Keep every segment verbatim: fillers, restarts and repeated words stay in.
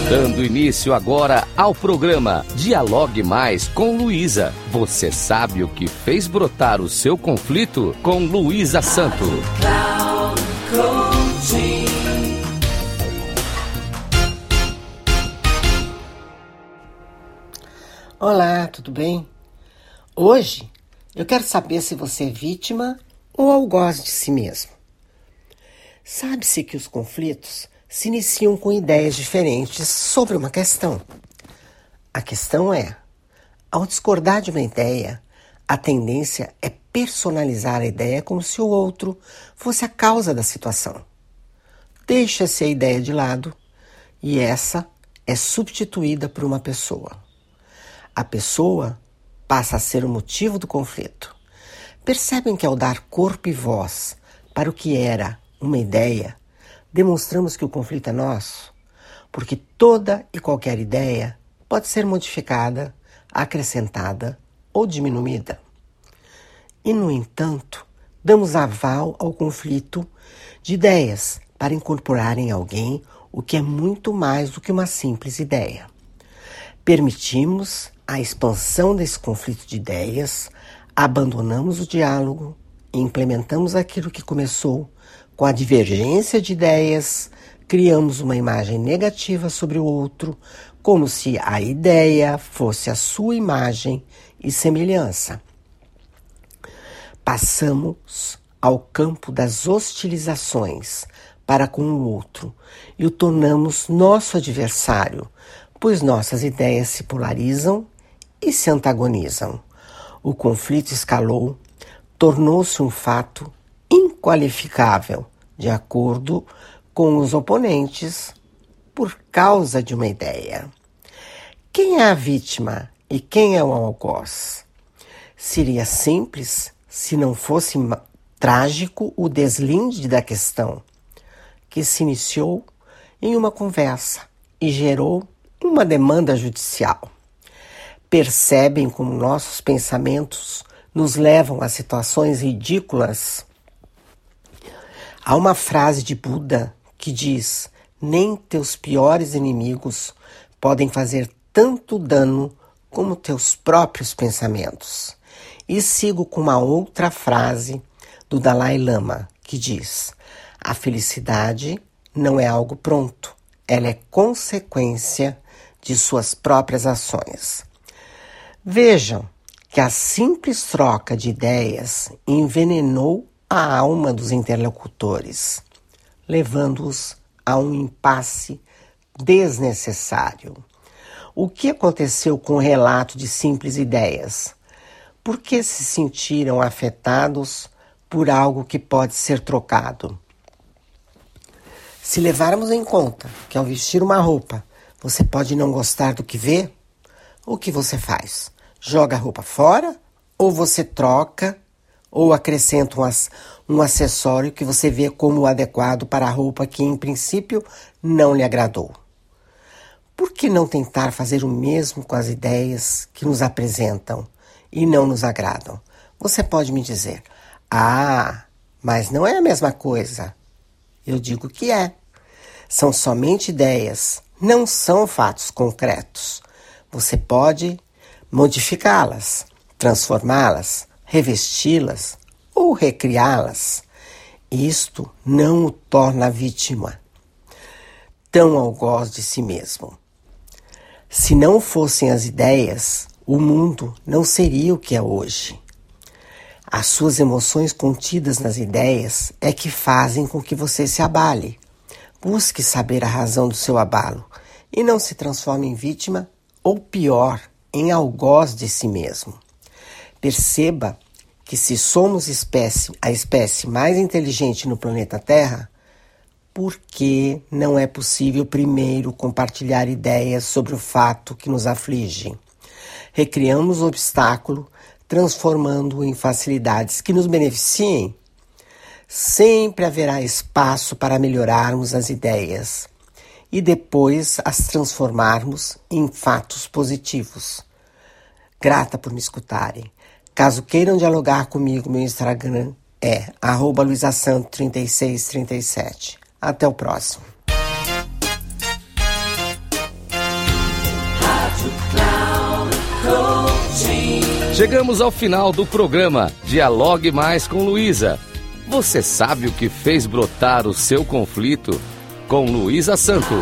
Dando início agora ao programa Dialogue Mais com Luísa. Você sabe o que fez brotar o seu conflito? Com Luísa Santo. Olá, tudo bem? Hoje eu quero saber se você é vítima ou algoz de si mesmo. Sabe-se que os conflitos se iniciam com ideias diferentes sobre uma questão. A questão é, ao discordar de uma ideia, a tendência é personalizar a ideia como se o outro fosse a causa da situação. Deixa-se a ideia de lado e essa é substituída por uma pessoa. A pessoa passa a ser o motivo do conflito. Percebem que ao dar corpo e voz para o que era uma ideia, demonstramos que o conflito é nosso, porque toda e qualquer ideia pode ser modificada, acrescentada ou diminuída. E, no entanto, damos aval ao conflito de ideias para incorporar em alguém o que é muito mais do que uma simples ideia. Permitimos a expansão desse conflito de ideias, abandonamos o diálogo e implementamos aquilo que começou com a divergência de ideias, criamos uma imagem negativa sobre o outro, como se a ideia fosse a sua imagem e semelhança. Passamos ao campo das hostilizações para com o outro e o tornamos nosso adversário, pois nossas ideias se polarizam e se antagonizam. O conflito escalou, tornou-se um fato inqualificável, de acordo com os oponentes, por causa de uma ideia. Quem é a vítima e quem é o algoz? Seria simples se não fosse trágico o deslinde da questão, que se iniciou em uma conversa e gerou uma demanda judicial. Percebem como nossos pensamentos nos levam a situações ridículas? Há uma frase de Buda que diz: nem teus piores inimigos podem fazer tanto dano como teus próprios pensamentos. E sigo com uma outra frase do Dalai Lama que diz: a felicidade não é algo pronto, ela é consequência de suas próprias ações. Vejam que a simples troca de ideias envenenou a alma dos interlocutores, levando-os a um impasse desnecessário. O que aconteceu com o relato de simples ideias? Por que se sentiram afetados por algo que pode ser trocado? Se levarmos em conta que ao vestir uma roupa você pode não gostar do que vê, o que você faz? Joga a roupa fora ou você troca ou acrescenta um, um acessório que você vê como adequado para a roupa que, em princípio, não lhe agradou? Por que não tentar fazer o mesmo com as ideias que nos apresentam e não nos agradam? Você pode me dizer: ah, mas não é a mesma coisa. Eu digo que é. São somente ideias, não são fatos concretos. Você pode modificá-las, transformá-las, revesti-las ou recriá-las. Isto não o torna vítima, tão algoz de si mesmo. Se não fossem as ideias, o mundo não seria o que é hoje. As suas emoções contidas nas ideias é que fazem com que você se abale. Busque saber a razão do seu abalo e não se transforme em vítima ou, pior, em algoz de si mesmo. Perceba que se somos espécie, a espécie mais inteligente no planeta Terra, por que não é possível primeiro compartilhar ideias sobre o fato que nos aflige? Recriamos o obstáculo, transformando-o em facilidades que nos beneficiem. Sempre haverá espaço para melhorarmos as ideias e depois as transformarmos em fatos positivos. Grata por me escutarem. Caso queiram dialogar comigo, meu Instagram é arroba luisasanto trinta e seis trinta e sete. Até o próximo. Chegamos ao final do programa Dialogue Mais com Luísa. Você sabe o que fez brotar o seu conflito? Com Luísa Santo.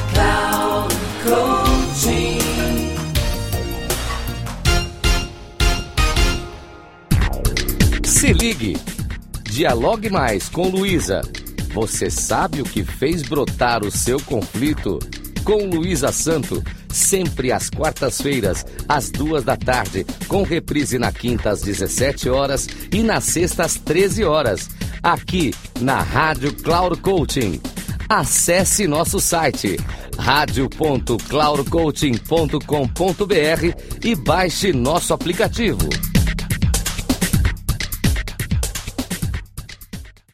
Se ligue. Dialogue Mais com Luísa. Você sabe o que fez brotar o seu conflito? Com Luísa Santo, sempre às quartas-feiras, às duas da tarde, com reprise na quinta às dezessete horas e na sexta às treze horas, aqui na Rádio Cloud Coaching. Acesse nosso site radio ponto cloud coaching ponto com ponto br e baixe nosso aplicativo.